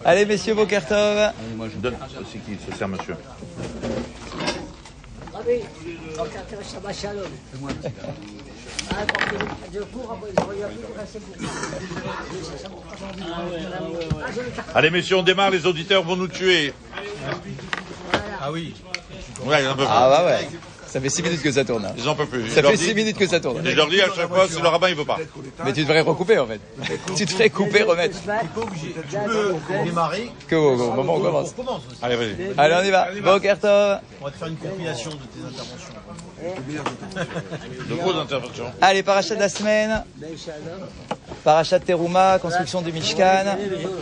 Allez, messieurs, Boker Tov. Moi, je donne. C'est qui se sert, monsieur? Allez, messieurs, on démarre. Les auditeurs vont nous tuer. Ah oui. Ouais, un peu plus. Ah bah ouais. Ça fait 6 minutes que ça tourne. Hein. Ils en peuvent plus. Ça fait 6 minutes que ça tourne. Et je leur dis à chaque fois, si le rabbin il veut pas. Mais tu devrais recouper en fait. Tu devrais couper, remettre. Tu peux démarrer. Au moment où on commence. On recommence aussi. Allez, vas-y. Allez, on y va. Boker Tov. On va te faire une compilation de tes interventions. De vos interventions. Allez, parachat de la semaine. Parachat de Teruma, construction du Mishkan.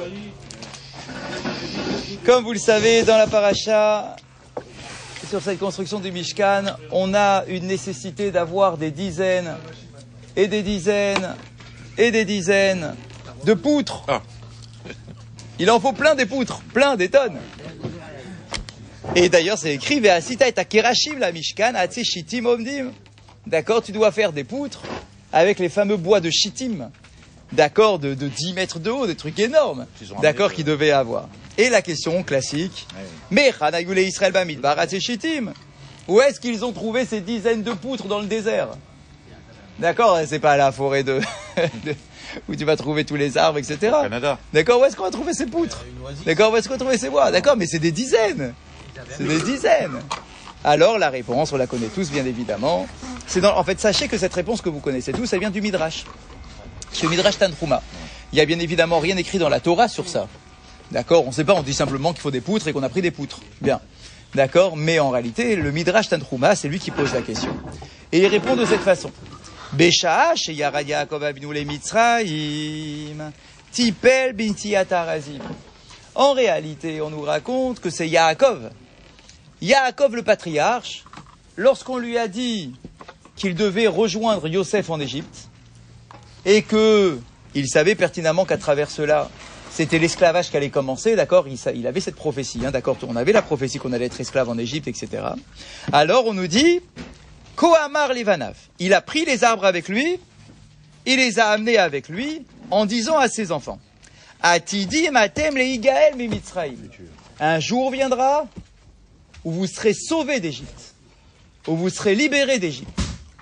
Comme vous le savez, dans la paracha, sur cette construction du Mishkan, on a une nécessité d'avoir des dizaines et des dizaines et des dizaines de poutres. Ah. Il en faut plein des poutres, plein des tonnes. Et d'ailleurs, c'est écrit Ve'asita et akerashim la Mishkan atse shitim omdim. D'accord, tu dois faire des poutres avec les fameux bois de shittim. D'accord, de 10 mètres de haut, des trucs énormes. D'accord, qu'ils devaient avoir. Et la question classique, mais Chanagule Israël Bamidbar atse shitim. Où est-ce qu'ils ont trouvé ces dizaines de poutres dans le désert? D'accord, c'est pas à la forêt où tu vas trouver tous les arbres, etc. Canada. D'accord, où est-ce qu'on va trouver ces poutres? D'accord, où est-ce qu'on va trouver ces bois? D'accord, mais c'est des dizaines. C'est des dizaines. Alors la réponse, on la connaît tous bien évidemment. En fait, sachez que cette réponse que vous connaissez tous, ça vient du Midrash. C'est le Midrash Tanhuma. Il y a bien évidemment rien écrit dans la Torah sur ça. D'accord, on ne sait pas, on dit simplement qu'il faut des poutres et qu'on a pris des poutres. Bien. D'accord, mais en réalité, le Midrash Tanhuma, c'est lui qui pose la question. Et il répond de cette façon. Besha she yarad Yaakov avinu le Mitzrayim tipel binti atarazim. En réalité, on nous raconte que c'est Yaakov le patriarche, lorsqu'on lui a dit qu'il devait rejoindre Yosef en Égypte, et qu'il savait pertinemment qu'à travers cela, c'était l'esclavage qui allait commencer, d'accord, il avait cette prophétie, hein, d'accord, on avait la prophétie qu'on allait être esclave en Égypte, etc. Alors on nous dit, Kohamar Levanav, il a pris les arbres avec lui, il les a amenés avec lui, en disant à ses enfants, Atidi matem le Igael mi Mitzrayim. Un jour viendra où vous serez sauvés d'Égypte, où vous serez libérés d'Égypte.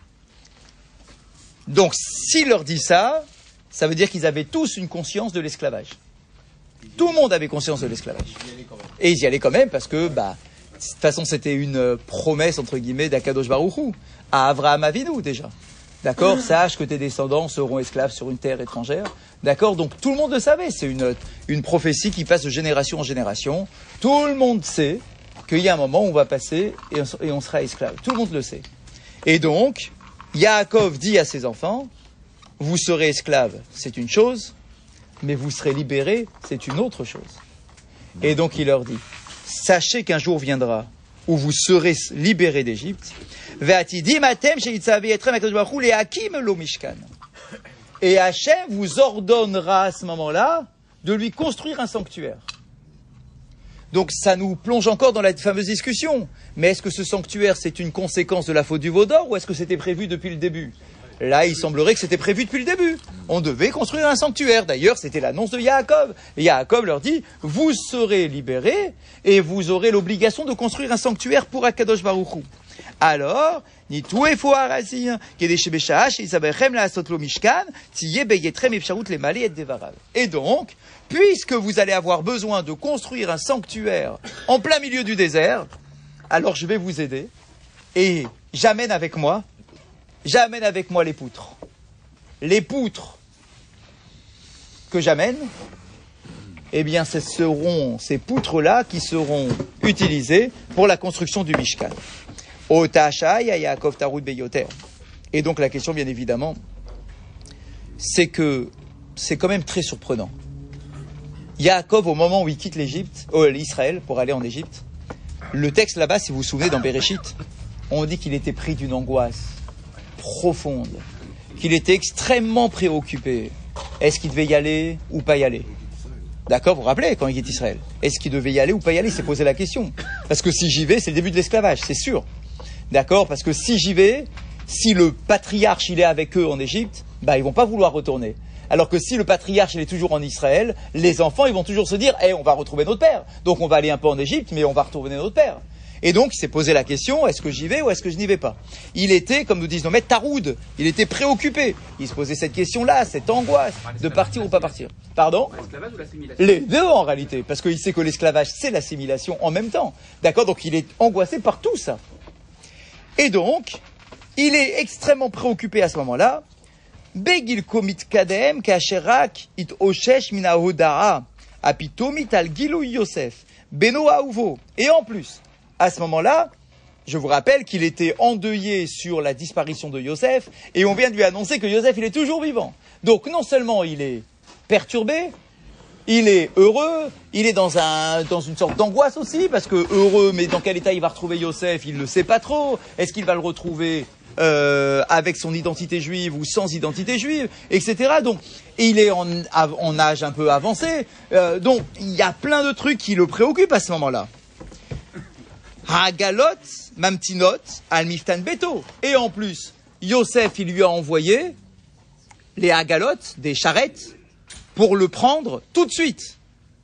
Donc, s'il leur dit ça, ça veut dire qu'ils avaient tous une conscience de l'esclavage. Tout le monde avait conscience de l'esclavage. Et ils y allaient quand même parce que, de toute façon, c'était une promesse, entre guillemets, d'Akadosh Baruch Hu, à Avraham Avinu, déjà. D'accord? Sache que tes descendants seront esclaves sur une terre étrangère. D'accord? Donc, tout le monde le savait. C'est une prophétie qui passe de génération en génération. Tout le monde sait qu'il y a un moment où on va passer et on sera esclave. Tout le monde le sait. Et donc, Yaakov dit à ses enfants, vous serez esclaves, c'est une chose, mais vous serez libérés, c'est une autre chose. Et donc il leur dit, sachez qu'un jour viendra où vous serez libérés d'Égypte, et Hachem vous ordonnera à ce moment-là de lui construire un sanctuaire. Donc ça nous plonge encore dans la fameuse discussion. Mais est-ce que ce sanctuaire, c'est une conséquence de la faute du veau d'or ou est-ce que c'était prévu depuis le début? Là, il semblerait que c'était prévu depuis le début. On devait construire un sanctuaire. D'ailleurs, c'était l'annonce de Yaakov. Et Yaakov leur dit, vous serez libérés et vous aurez l'obligation de construire un sanctuaire pour Akadosh Baruch Hu. Alors, et donc, puisque vous allez avoir besoin de construire un sanctuaire en plein milieu du désert, alors je vais vous aider et j'amène avec moi les poutres. Les poutres que j'amène, eh bien, ce seront ces poutres-là qui seront utilisées pour la construction du Mishkan. Et donc la question, bien évidemment, c'est que c'est quand même très surprenant. Yaakov, au moment où il quitte l'Israël pour aller en Égypte, le texte là-bas, si vous vous souvenez, dans Bereshit, on dit qu'il était pris d'une angoisse profonde, qu'il était extrêmement préoccupé. Est-ce qu'il devait y aller ou pas y aller? D'accord, vous vous rappelez, quand il quitte Israël, est-ce qu'il devait y aller ou pas y aller? Il s'est posé la question. Parce que si j'y vais, c'est le début de l'esclavage, c'est sûr. D'accord, parce que si j'y vais, si le patriarche il est avec eux en Égypte, ils vont pas vouloir retourner. Alors que si le patriarche il est toujours en Israël, les enfants ils vont toujours se dire, on va retrouver notre père. Donc on va aller un peu en Égypte, mais on va retrouver notre père. Et donc il s'est posé la question, est-ce que j'y vais ou est-ce que je n'y vais pas? Il était, comme nous disent nos maîtres, taroud. Il était préoccupé. Il se posait cette question-là, cette angoisse de partir ou pas partir. Pardon? L'esclavage ou l'assimilation? Les deux en réalité, parce qu'il sait que l'esclavage c'est l'assimilation en même temps. D'accord? Donc il est angoissé par tout ça. Et donc, il est extrêmement préoccupé à ce moment-là. Begil komit kadem kasherak it oshesh mina hodaa apitomit al gilou Yosef beno aouvo. Et en plus, à ce moment-là, je vous rappelle qu'il était endeuillé sur la disparition de Yosef, et on vient de lui annoncer que Yosef, il est toujours vivant. Donc non seulement il est perturbé, il est heureux, il est dans une sorte d'angoisse aussi, parce que heureux, mais dans quel état il va retrouver Yosef, il ne le sait pas trop. Est-ce qu'il va le retrouver avec son identité juive ou sans identité juive, etc. Donc, il est en âge un peu avancé. Donc, il y a plein de trucs qui le préoccupent à ce moment-là. Hagalot, Mamtinot, Al-Miftan Beto. Et en plus, Yosef, il lui a envoyé les Hagalot, des charrettes, pour le prendre tout de suite.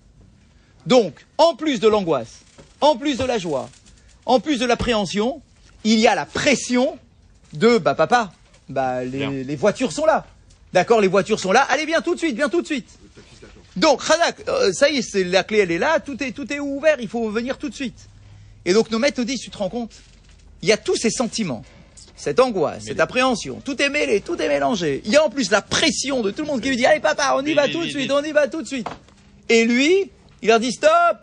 Donc, en plus de l'angoisse, en plus de la joie, en plus de l'appréhension, il y a la pression de, papa, les voitures sont là. D'accord, les voitures sont là. Allez, viens tout de suite. Donc, Khadak, ça y est, la clé, elle est là, tout est ouvert, il faut venir tout de suite. Et donc nos maîtres nous disent, tu te rends compte, il y a tous ces sentiments, cette angoisse, cette appréhension, tout est mêlé, tout est mélangé. Il y a en plus la pression de tout le monde qui lui dit, allez papa, on y va tout de suite. Et lui, il leur dit, stop,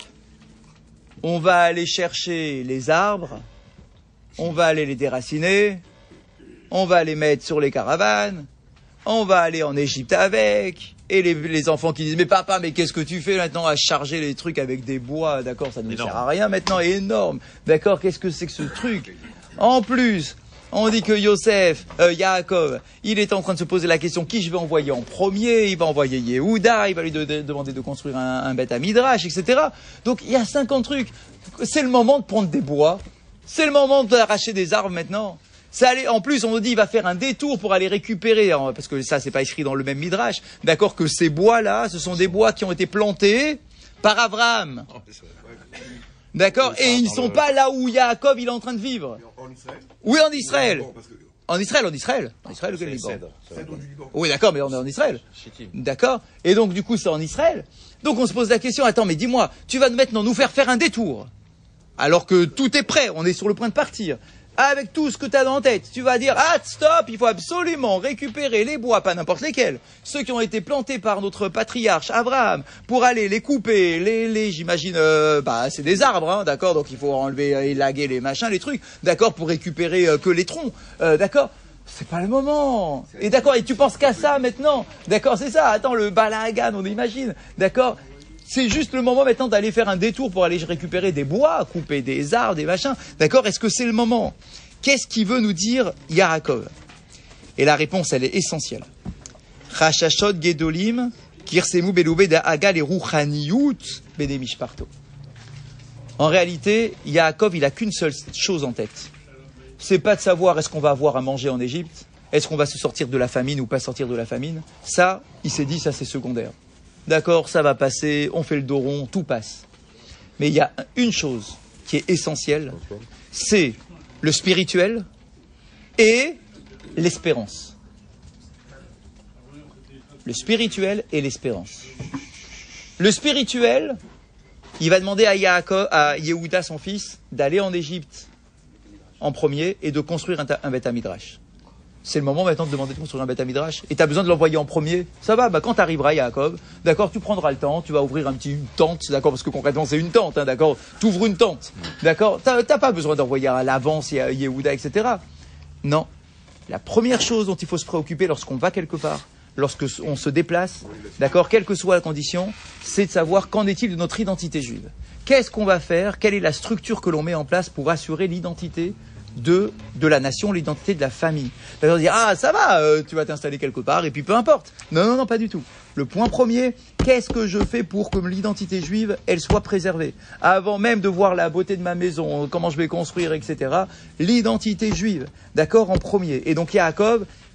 on va aller chercher les arbres, on va aller les déraciner, on va les mettre sur les caravanes, on va aller en Égypte avec. Et les enfants qui disent, mais papa, mais qu'est-ce que tu fais maintenant à charger les trucs avec des bois, d'accord, ça ne nous sert à rien maintenant, énorme, d'accord, qu'est-ce que c'est que ce truc? En plus, on dit que Yaakov, il est en train de se poser la question, qui je vais envoyer en premier? Il va envoyer Yehuda, il va lui demander de construire un Beth Midrash, etc. Donc il y a 50 trucs. C'est le moment de prendre des bois, c'est le moment d'arracher des arbres maintenant. En plus, on nous dit, il va faire un détour pour aller récupérer, parce que ça, c'est pas écrit dans le même Midrash, d'accord, que ces bois-là, ce sont des bois qui ont été plantés par Abraham. D'accord? Et ils sont pas là où Yaakov, il est en train de vivre. En Israël? Oui, en Israël. En Israël, le Liban. Oui, d'accord, mais on est en Israël. D'accord? Et donc, du coup, c'est en Israël. Donc, on se pose la question, attends, mais dis-moi, tu vas maintenant nous faire un détour, alors que tout est prêt, on est sur le point de partir. Avec tout ce que tu as dans la tête, tu vas dire, stop, il faut absolument récupérer les bois, pas n'importe lesquels, ceux qui ont été plantés par notre patriarche Abraham, pour aller les couper, j'imagine, c'est des arbres, hein, d'accord, donc il faut enlever, élaguer les machins, les trucs, d'accord, pour récupérer que les troncs, d'accord. C'est pas le moment. Et d'accord, et tu penses qu'à ça maintenant, d'accord, c'est ça, attends, le balagan, on imagine, d'accord. C'est juste le moment maintenant d'aller faire un détour pour aller récupérer des bois, couper des arbres, des machins. D'accord? Est-ce que c'est le moment? Qu'est-ce qu'il veut nous dire Yaakov? Et la réponse, elle est essentielle. Chashashot gedolim kirsemu beloube da'agal et ruchaniyut bedemishparto. En réalité, Yaakov, il a qu'une seule chose en tête. C'est pas de savoir est-ce qu'on va avoir à manger en Égypte, est-ce qu'on va se sortir de la famine ou pas sortir de la famine. Ça, il s'est dit, ça c'est secondaire. D'accord, ça va passer, on fait le dos rond, tout passe. Mais il y a une chose qui est essentielle, c'est le spirituel et l'espérance. Le spirituel et l'espérance. Le spirituel, il va demander à Yehuda, son fils, d'aller en Égypte en premier et de construire un Beth Midrash. C'est le moment maintenant de demander de construire un Beth Midrash. Et tu as besoin de l'envoyer en premier. Ça va, quand tu arriveras, Yaakov, d'accord, tu prendras le temps, tu vas ouvrir une tente, d'accord, parce que concrètement c'est une tente, hein, d'accord, tu ouvres une tente, d'accord, t'as pas besoin d'envoyer à l'avance Yehuda, etc. Non. La première chose dont il faut se préoccuper lorsqu'on va quelque part, lorsqu'on se déplace, d'accord, quelle que soit la condition, c'est de savoir qu'en est-il de notre identité juive. Qu'est-ce qu'on va faire? Quelle est la structure que l'on met en place pour assurer l'identité de la nation, l'identité de la famille. D'accord, dire, ça va, tu vas t'installer quelque part, et puis peu importe. Non, pas du tout. Le point premier, qu'est-ce que je fais pour que l'identité juive, elle soit préservée? Avant même de voir la beauté de ma maison, comment je vais construire, etc. L'identité juive, d'accord, en premier. Et donc Yaakov,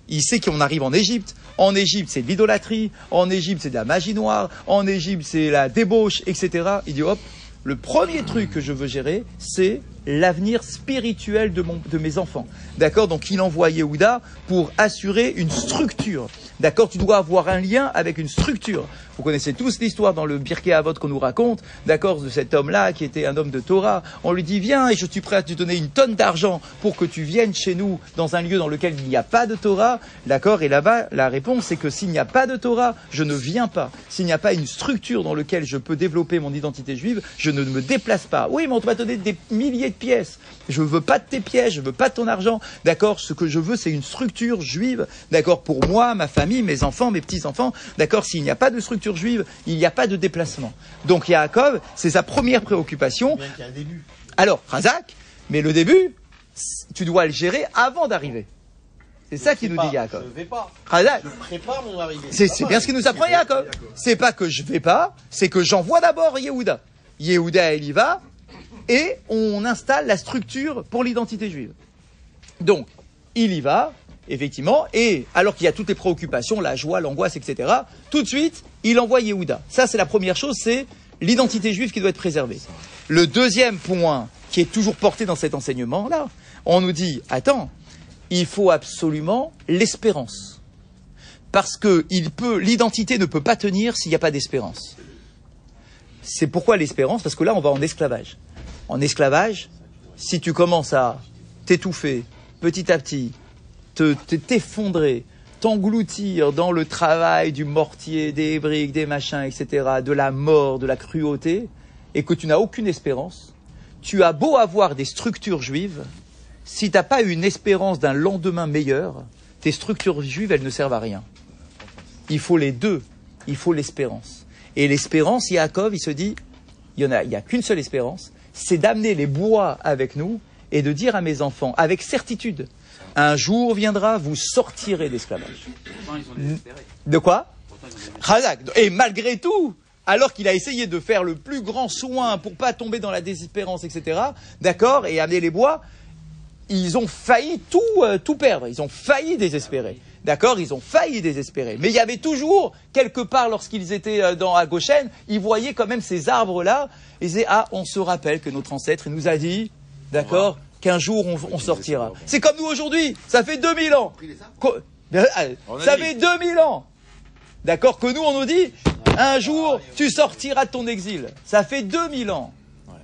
Il sait qu'on arrive en Égypte. En Égypte, c'est de l'idolâtrie. En Égypte, c'est de la magie noire. En Égypte, c'est la débauche, etc. Il dit, hop, le premier truc que je veux gérer, c'est l'avenir spirituel de mes enfants. D'accord? Donc, il envoie Yehuda pour assurer une structure. D'accord? Tu dois avoir un lien avec une structure. Vous connaissez tous l'histoire dans le Birkei Avot qu'on nous raconte, d'accord, de cet homme-là qui était un homme de Torah. On lui dit, viens et je suis prêt à te donner une tonne d'argent pour que tu viennes chez nous dans un lieu dans lequel il n'y a pas de Torah. D'accord? Et là-bas, la réponse, c'est que s'il n'y a pas de Torah, je ne viens pas. S'il n'y a pas une structure dans laquelle je peux développer mon identité juive, je ne me déplace pas. Oui, mais on va te donner des milliers de pièces. Je veux pas de tes pièces, je veux pas de ton argent. D'accord? Ce que je veux, c'est une structure juive. D'accord? Pour moi, ma famille, mes enfants, mes petits-enfants. D'accord? S'il n'y a pas de structure juive, il n'y a pas de déplacement. Donc Yaakov, c'est sa première préoccupation. Bien qu'il y a un début. Alors, Razak, mais le début, tu dois le gérer avant d'arriver. C'est ça qu'il nous dit Yaakov. Je ne vais pas. Razak, Je prépare mon arrivée. c'est bien ce qu'il nous apprend Yaakov. C'est pas que je vais pas, c'est que j'envoie d'abord Yehuda. Yehuda, il y va, et on installe la structure pour l'identité juive. Donc, il y va, effectivement, et alors qu'il y a toutes les préoccupations, la joie, l'angoisse, etc., tout de suite, il envoie Yehuda. Ça, c'est la première chose, c'est l'identité juive qui doit être préservée. Le deuxième point qui est toujours porté dans cet enseignement-là, on nous dit, attends, il faut absolument l'espérance. Parce que l'identité ne peut pas tenir s'il n'y a pas d'espérance. C'est pourquoi l'espérance? Parce que là, on va en esclavage. En esclavage, si tu commences à t'étouffer petit à petit, t'effondrer, t'engloutir dans le travail du mortier, des briques, des machins, etc., de la mort, de la cruauté, et que tu n'as aucune espérance, tu as beau avoir des structures juives, si tu n'as pas une espérance d'un lendemain meilleur, tes structures juives, elles ne servent à rien. Il faut les deux. Il faut l'espérance. Et l'espérance, Yaakov, il se dit, il n'y a qu'une seule espérance, c'est d'amener les bois avec nous et de dire à mes enfants, avec certitude, un jour viendra, vous sortirez d'esclavage. De quoi? Razak. Et malgré tout, alors qu'il a essayé de faire le plus grand soin pour pas tomber dans la désespérance, etc., d'accord, et amener les bois, ils ont failli tout perdre. Ils ont failli désespérer. D'accord? Ils ont failli désespérer. Mais il y avait toujours, quelque part, lorsqu'ils étaient à Goshen, ils voyaient quand même ces arbres-là. Ils disaient, ah, on se rappelle que notre ancêtre, il nous a dit, d'accord, qu'un jour on sortira. C'est comme nous aujourd'hui. Ça fait 2000 ans. Ça fait 2000 ans. D'accord? Que nous, on nous dit, un jour, tu sortiras de ton exil. Ça fait 2000 ans.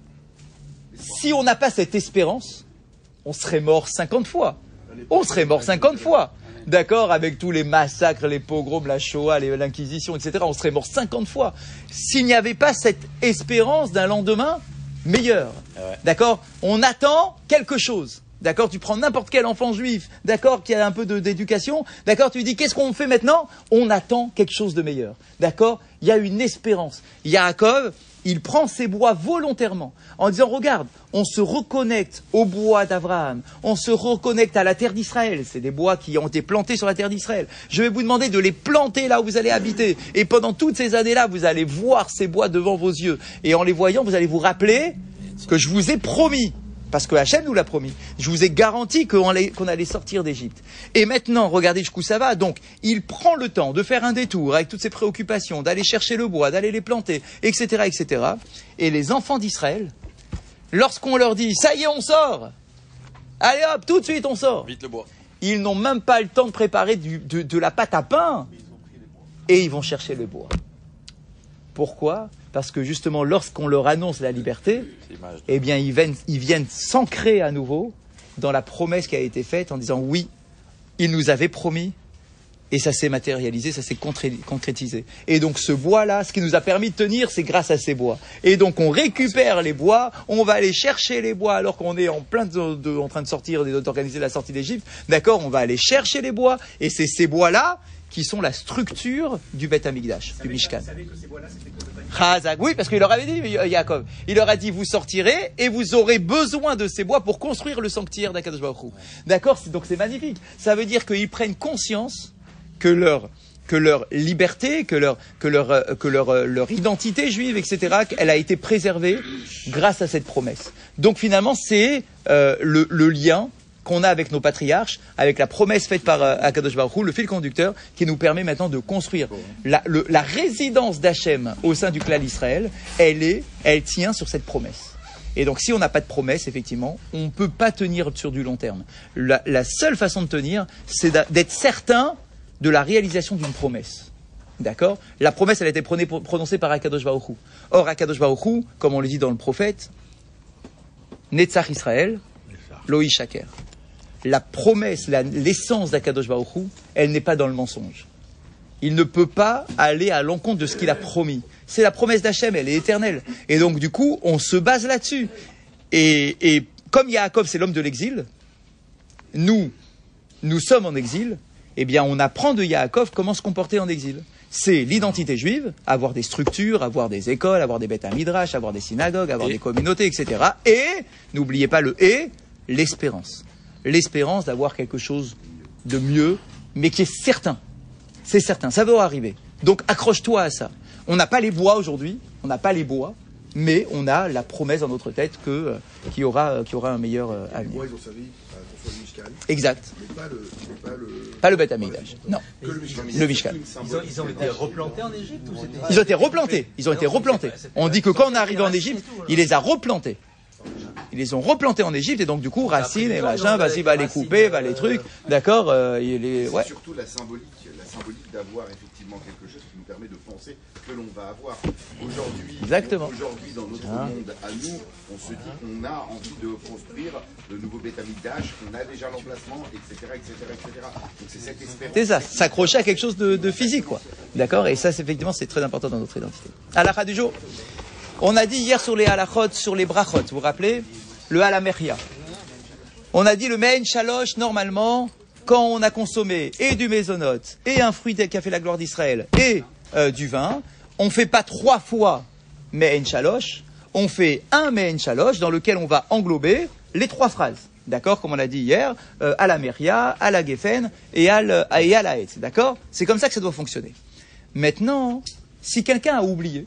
Si on n'a pas cette espérance, on serait mort 50 fois. On serait mort 50 fois. D'accord, avec tous les massacres, les pogroms, la Shoah, l'Inquisition, etc., on serait mort 50 fois. S'il n'y avait pas cette espérance d'un lendemain meilleur. D'accord? On attend quelque chose. D'accord? Tu prends n'importe quel enfant juif, d'accord, qui a un peu d'éducation, d'accord, tu lui dis, qu'est-ce qu'on fait maintenant? On attend quelque chose de meilleur. D'accord? Il y a une espérance. Yaakov, il prend ses bois volontairement, en disant, regarde, on se reconnecte au bois d'Abraham, on se reconnecte à la terre d'Israël, c'est des bois qui ont été plantés sur la terre d'Israël. Je vais vous demander de les planter là où vous allez habiter, et pendant toutes ces années-là, vous allez voir ces bois devant vos yeux, et en les voyant, vous allez vous rappeler que je vous ai promis, parce que Hachem nous l'a promis, je vous ai garanti qu'on allait sortir d'Égypte. Et maintenant, regardez jusqu'où ça va. Donc, il prend le temps de faire un détour avec toutes ses préoccupations, d'aller chercher le bois, d'aller les planter, etc., etc. Et les enfants d'Israël, lorsqu'on leur dit, ça y est, on sort, allez hop, tout de suite, on sort. Vite le bois. Ils n'ont même pas le temps de préparer de la pâte à pain. Et ils vont chercher le bois. Pourquoi? Parce que justement, lorsqu'on leur annonce la liberté, eh bien, ils viennent s'ancrer à nouveau dans la promesse qui a été faite en disant oui, il nous avait promis et ça s'est matérialisé, ça s'est concrétisé. Et donc ce bois-là, ce qui nous a permis de tenir, c'est grâce à ces bois. Et donc on récupère les bois, on va aller chercher les bois alors qu'on est en train de sortir, d'organiser la sortie d'Égypte. D'accord, on va aller chercher les bois et c'est ces bois-là qui sont la structure du Beth Amikdash, du Mishkan. Oui, parce qu'il leur avait dit, Yaakov, il leur a dit, vous sortirez et vous aurez besoin de ces bois pour construire le sanctuaire d'Akadosh Baruch Hu. D'accord? Donc c'est magnifique. Ça veut dire qu'ils prennent conscience que leur liberté, que leur identité juive, etc., elle a été préservée grâce à cette promesse. Donc finalement, c'est le lien qu'on a avec nos patriarches, avec la promesse faite par Akadosh Baruch Hu, le fil conducteur, qui nous permet maintenant de construire. La résidence d'Hachem au sein du clan d'Israël, elle tient sur cette promesse. Et donc, si on n'a pas de promesse, effectivement, on ne peut pas tenir sur du long terme. La seule façon de tenir, c'est d'être certain de la réalisation d'une promesse. D'accord? La promesse, elle a été prononcée par Akadosh Baruch Hu. Or, Akadosh Baruch Hu, comme on le dit dans le prophète, Netzach Israël, Lo Yishaker. La promesse, l'essence d'Akadosh Baruch Hu, elle n'est pas dans le mensonge. Il ne peut pas aller à l'encontre de ce qu'il a promis. C'est la promesse d'Hachem, elle est éternelle. Et donc, du coup, on se base là-dessus. Et comme Yaakov, c'est l'homme de l'exil, nous sommes en exil, eh bien, on apprend de Yaakov comment se comporter en exil. C'est l'identité juive, avoir des structures, avoir des écoles, avoir des bêtes à midrash, avoir des synagogues, avoir des communautés, etc. Et, n'oubliez pas l'espérance. L'espérance d'avoir quelque chose de mieux, mais qui est certain. C'est certain, ça va arriver. Donc accroche-toi à ça. On n'a pas les bois aujourd'hui, mais on a la promesse dans notre tête qu'il y aura un meilleur avenir. Les bois, ils ont servi à construire le Mishkan. Exact. Mais pas le Beth Amikdash. Non. Que le Mishkan. Le Mishkan. Ils ont été replantés en Égypte ou c'était... Ils ont été replantés. On dit que quand on est arrivé en Égypte, il les a replantés. Ils les ont replantés en Égypte et donc du coup Racine et machin, vas-y va les couper, va les trucs, d'accord, C'est surtout la symbolique d'avoir effectivement quelque chose qui nous permet de penser que l'on va avoir. Aujourd'hui, dans notre monde à nous, on se dit qu'on a envie de construire le nouveau Beth Amikdash, on a déjà l'emplacement, etc. Donc c'est cette espérance. C'est ça, s'accrocher à quelque chose de physique, quoi. D'accord? Et ça, effectivement, c'est très important dans notre identité. Halakha du jour. On a dit hier sur les halachot, sur les brachot, vous vous rappelez? Le halameria. On a dit le mein shalosh, normalement, quand on a consommé et du mésonote, et un fruit qui a fait la gloire d'Israël, et du vin, on ne fait pas 3 fois mein shalosh, on fait un mein shalosh dans lequel on va englober les 3 phrases. D'accord? Comme on l'a dit hier, à la Meria, à la Geffen et à la Haetz. D'accord? C'est comme ça que ça doit fonctionner. Maintenant, si quelqu'un a oublié,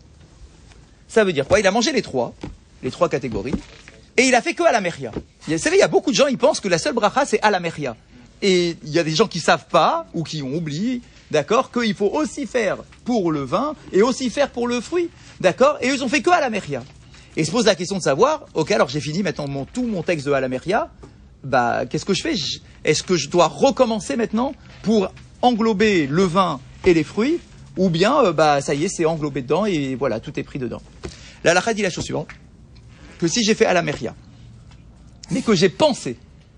ça veut dire quoi? Il a mangé les 3 catégories, et il a fait que à la Meria. Vous savez, il y a beaucoup de gens, ils pensent que la seule bracha, c'est à la Meria. Et il y a des gens qui savent pas, ou qui ont oublié, d'accord, qu'il faut aussi faire pour le vin, et aussi faire pour le fruit. D'accord? Et ils ont fait que à la Meria. Et se pose la question de savoir, ok, alors j'ai fini maintenant tout mon texte de Halameria, bah, qu'est-ce que je fais? Est-ce que je dois recommencer maintenant pour englober le vin et les fruits, ou bien, bah, ça y est, c'est englobé dedans, et voilà, tout est pris dedans. La halakha dit la chose suivante, que si j'ai fait Halameria, mais que j'ai pensé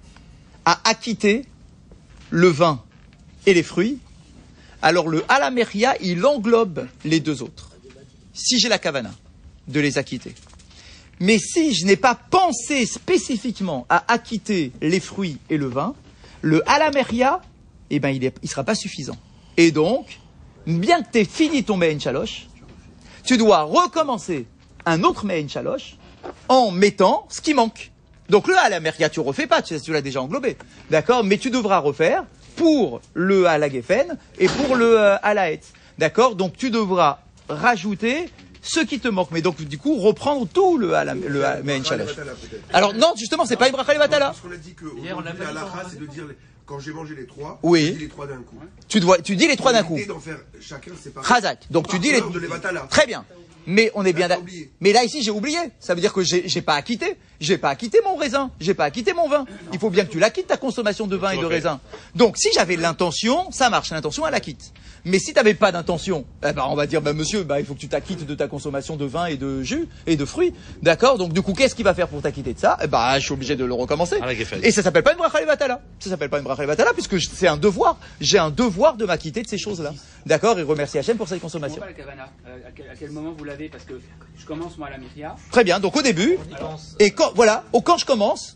à acquitter le vin et les fruits, alors le Halameria, il englobe les 2 autres. Si j'ai la kavana de les acquitter. Mais si je n'ai pas pensé spécifiquement à acquitter les fruits et le vin, le halameria, eh ben, il sera pas suffisant. Et donc, bien que tu aies fini ton Me'en Shalosh, tu dois recommencer un autre Me'en Shalosh en mettant ce qui manque. Donc le halameria, tu refais pas, tu l'as déjà englobé. D'accord? Mais tu devras refaire pour le halagefen et pour le halaetz. D'accord? Donc tu devras rajouter ce qui te manque, mais donc du coup reprendre tout le Me'en Shalosh. Alors non, justement, c'est pas une bracha levatala. Parce qu'on a dit que la halakha, c'est de dire quand j'ai mangé les 3, oui. je dis les 3 d'un coup. Tu dis les 3 d'un coup. D'en faire chacun séparément. Chazak. Donc tu dis les. Très bien. Mais on est bien d'accord. Mais là ici j'ai oublié. Ça veut dire que j'ai pas acquitté. J'ai pas acquitté mon raisin. J'ai pas acquitté mon vin. Il faut bien que tu l'acquittes ta consommation de vin et de raisin. Donc si j'avais l'intention, ça marche. L'intention elle acquitte. Mais si t'avais pas d'intention, eh ben on va dire monsieur, il faut que tu t'acquittes de ta consommation de vin et de jus et de fruits. D'accord? Donc du coup qu'est-ce qu'il va faire pour t'acquitter de ça? Eh ben je suis obligé de le recommencer. Et ça s'appelle pas une bracha levatala. Ça s'appelle pas une bracha levatala puisque c'est un devoir. J'ai un devoir de m'acquitter de ces choses-là. D'accord? Et remercier Hachem pour cette consommation. Pas la kavana. À quel moment vous l'avez? Parce que je commence moi à la Meria. Très bien. Donc au début, et quand je commence,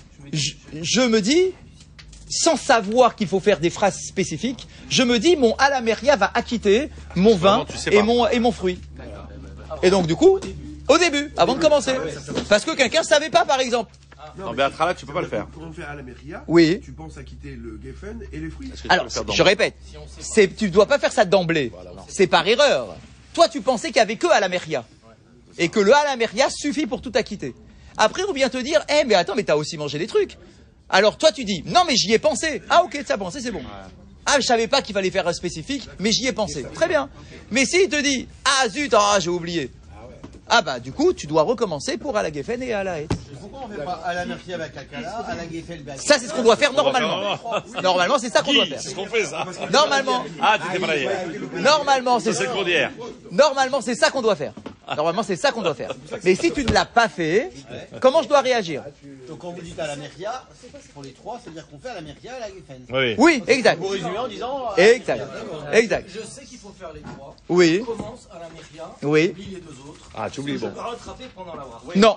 je me dis, sans savoir qu'il faut faire des phrases spécifiques, je me dis mon halameria va acquitter mon vin et mon fruit. Et donc du coup, au début, avant de commencer, parce que quelqu'un savait pas par exemple. Non, mais à Trala, tu peux pas le faire. Quand on fait halameria, oui. Tu penses à quitter le geffen et les fruits. Alors, je répète, tu dois pas faire ça d'emblée. C'est par erreur. Toi, tu pensais qu'il y avait que halameria. Et que le halameria suffit pour tout acquitter. Après, on vient te dire, mais attends, mais t'as aussi mangé des trucs. Alors toi tu dis, non mais j'y ai pensé. Ah ok, tu as pensé, c'est bon. Ah, je savais pas qu'il fallait faire un spécifique, mais j'y ai pensé. Très bien. Mais s'il te dit, ah zut, j'ai oublié. Ah bah du coup, tu dois recommencer pour à la Geffen et à la Hetz. Pourquoi on ne fait pas à la Mercia avec Akala, à la Geffen? Ça c'est ce qu'on doit faire normalement. Normalement c'est ça qu'on doit faire. C'est ce qu'on fait, ça. Normalement. Ah, tu t'es marié. Normalement c'est C'est le cours d'hier. Normalement c'est ça qu'on doit faire. Normalement c'est ça qu'on doit faire. Mais si tu ne l'as pas fait, comment je dois réagir? Donc quand vous dites à la Mercia, pour les trois, c'est-à-dire qu'on fait à la Mercia et à la Geffen. Oui. Oui, exact. Vous résumez en disant... Exact. Exact. Je sais qu'il faut faire les trois. Oui. On commence à la Mercia. Oui. Oublie les deux autres. Ah, tu oublies, bon. Je vais rattraper pendant la voie. Non.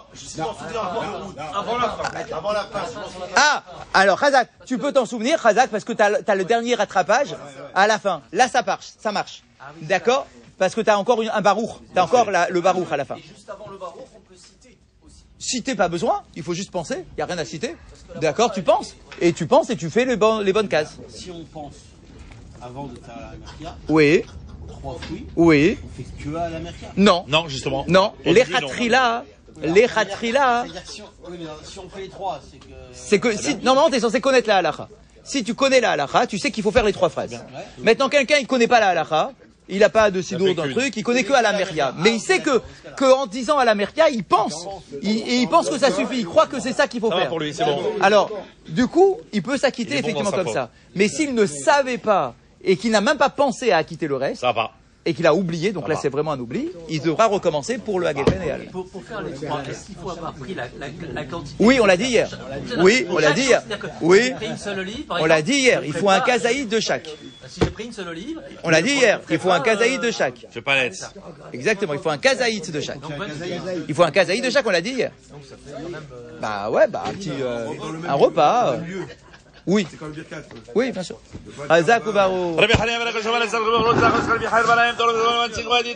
Avant la fin. Avant la fin. Ah, alors Khazak, tu peux t'en souvenir, Khazak, parce que t'as le dernier rattrapage à la fin. Là, ça marche. D'accord? Parce que t'as encore un barour. T'as encore le barour à la fin. Et juste avant le barouf, on peut citer aussi. Citer pas besoin, il faut juste penser. Il y a rien à citer. D'accord? Tu penses. Et tu penses et tu fais les bonnes cases. Si on pense avant de faire la Mercia, Oui. 3 fruits, Oui. on fait que à la Mercia. Non. Non, justement. Non. Au Les début, non. khatrila. Les khatrila. C'est-à-dire que si on fait les trois, c'est que... C'est que si, normalement, t'es censé connaître la halakha. Si tu connais la halakha, tu sais qu'il faut faire les 3 phrases. Maintenant, quelqu'un, il connaît pas la halakha. Il n'a pas de sidour d'un truc, il connaît que à la Meria. Mais il sait que en disant à la Meria, il pense. Et il pense que ça suffit. Il croit que c'est ça qu'il faut Ça va faire. pour lui, c'est bon. Alors, du coup, il peut s'acquitter Il est bon effectivement dans sa comme faute. ça. Mais s'il ne savait pas et qu'il n'a même pas pensé à acquitter le reste, Ça va. et qu'il a oublié, donc là c'est vraiment un oubli, il devra recommencer pour le Hagefen et Al. Pour faire les trois, est-ce qu'il faut avoir pris la quantité? Oui, on l'a dit hier. Oui, on l'a dit hier. Oui, J'ai pris une seule olive, par on l'a exemple, dit hier. je Il ferai faut un pas- kazaïd de chaque. Si j'ai pris une seule olive, On l'a dit hier. Il faut un kazaïd de chaque. Je pas l'être. Exactement, il faut un kazaïd de chaque. donc même Il faut un kazaïd de chaque, on l'a dit hier. Bah ouais, bah un petit un repas. Oui. Oui, bien sûr. Hazak ou Baro. ربي حاليا بلا كل شيء ولا سلغ بغلط لا خسر بحال بلا يمدر